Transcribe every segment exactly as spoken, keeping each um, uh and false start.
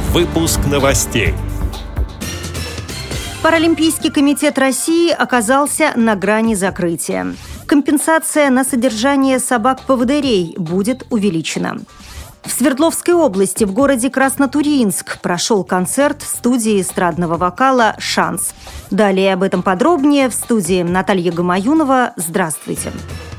Выпуск новостей. Паралимпийский комитет России оказался на грани закрытия. Компенсация на содержание собак-поводырей будет увеличена. В Свердловской области в городе Краснотурьинск прошел концерт студии эстрадного вокала «Шанс». Далее об этом подробнее в студии Наталья Гамаюнова. Здравствуйте.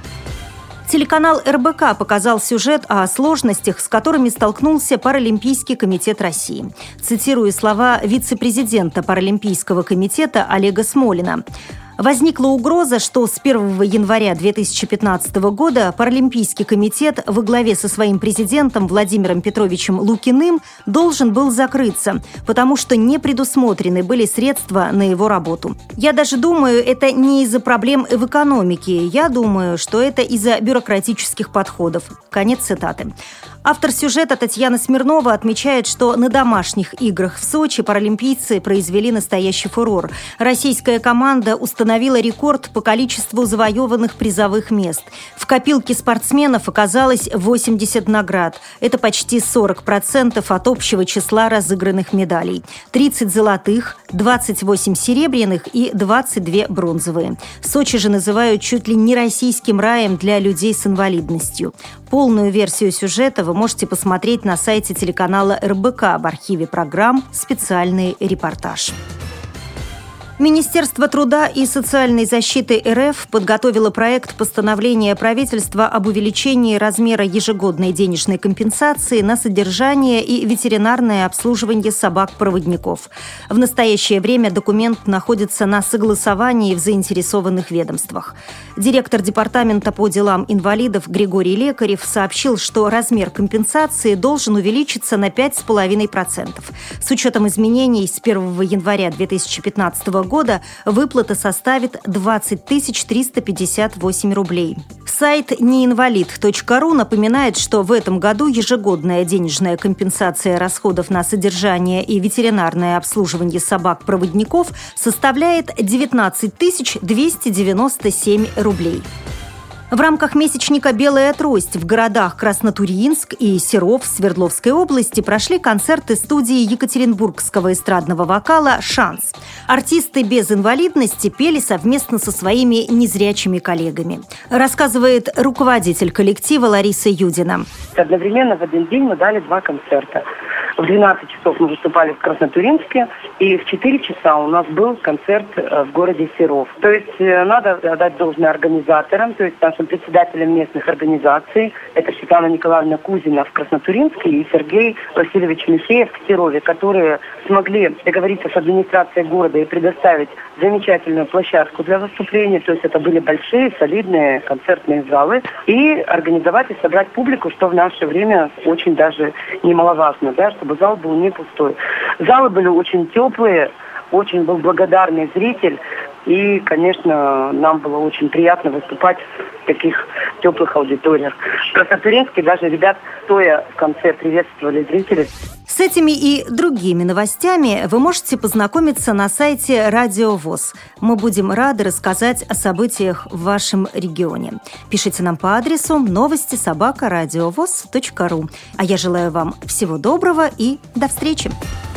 Телеканал эр бэ ка показал сюжет о сложностях, с которыми столкнулся Паралимпийский комитет России. Цитирую слова вице-президента Паралимпийского комитета Олега Смолина. Возникла угроза, что с первого января две тысячи пятнадцатого года Паралимпийский комитет во главе со своим президентом Владимиром Петровичем Лукиным должен был закрыться, потому что не предусмотрены были средства на его работу. Я даже думаю, это не из-за проблем в экономике. Я думаю, что это из-за бюрократических подходов. Конец цитаты. Автор сюжета Татьяна Смирнова отмечает, что на домашних играх в Сочи паралимпийцы произвели настоящий фурор. Российская команда установила рекорд по количеству завоеванных призовых мест. В копилке спортсменов оказалось восемьдесят наград. Это почти сорок процентов от общего числа разыгранных медалей. тридцать золотых, двадцать восемь серебряных и двадцать две бронзовые. Сочи же называют чуть ли не российским раем для людей с инвалидностью. Полную версию сюжета вы можете посмотреть на сайте телеканала эр бэ ка в архиве программ «Специальный репортаж». Министерство труда и социальной защиты эр эф подготовило проект постановления правительства об увеличении размера ежегодной денежной компенсации на содержание и ветеринарное обслуживание собак-проводников. В настоящее время документ находится на согласовании в заинтересованных ведомствах. Директор департамента по делам инвалидов Григорий Лекарев сообщил, что размер компенсации должен увеличиться на пять целых пять десятых процента. С учетом изменений с первого января две тысячи пятнадцатого года выплата составит двадцать тысяч триста пятьдесят восемь рублей. Сайт неинвалид точка ру напоминает, что в этом году ежегодная денежная компенсация расходов на содержание и ветеринарное обслуживание собак-проводников составляет девятнадцать тысяч двести девяносто семь рублей. В рамках месячника «Белая трость» в городах Краснотурьинск и Серов Свердловской области прошли концерты студии екатеринбургского эстрадного вокала «Шанс». Артисты без инвалидности пели совместно со своими незрячими коллегами. Рассказывает руководитель коллектива Лариса Юдина. Одновременно в один день мы дали два концерта. В двенадцать часов мы выступали в Краснотурьинске, и в четыре часа у нас был концерт в городе Серов. То есть надо отдать должное организаторам, то есть нашим председателям местных организаций. Это Светлана Николаевна Кузина в Краснотурьинске и Сергей Васильевич Михеев в Серове, которые смогли договориться с администрацией города и предоставить замечательную площадку для выступления. То есть это были большие, солидные концертные залы. И организовать и собрать публику, что в наше время очень даже немаловажно, да, чтобы зал был не пустой. Залы были очень теплые, очень был благодарный зритель. И, конечно, нам было очень приятно выступать в таких теплых аудиториях. В Краснотурьинске даже ребят, стоя в конце, приветствовали зрителей. С этими и другими новостями вы можете познакомиться на сайте Радио ВОС. Мы будем рады рассказать о событиях в вашем регионе. Пишите нам по адресу новости собака радиовос точка ру. А я желаю вам всего доброго и до встречи!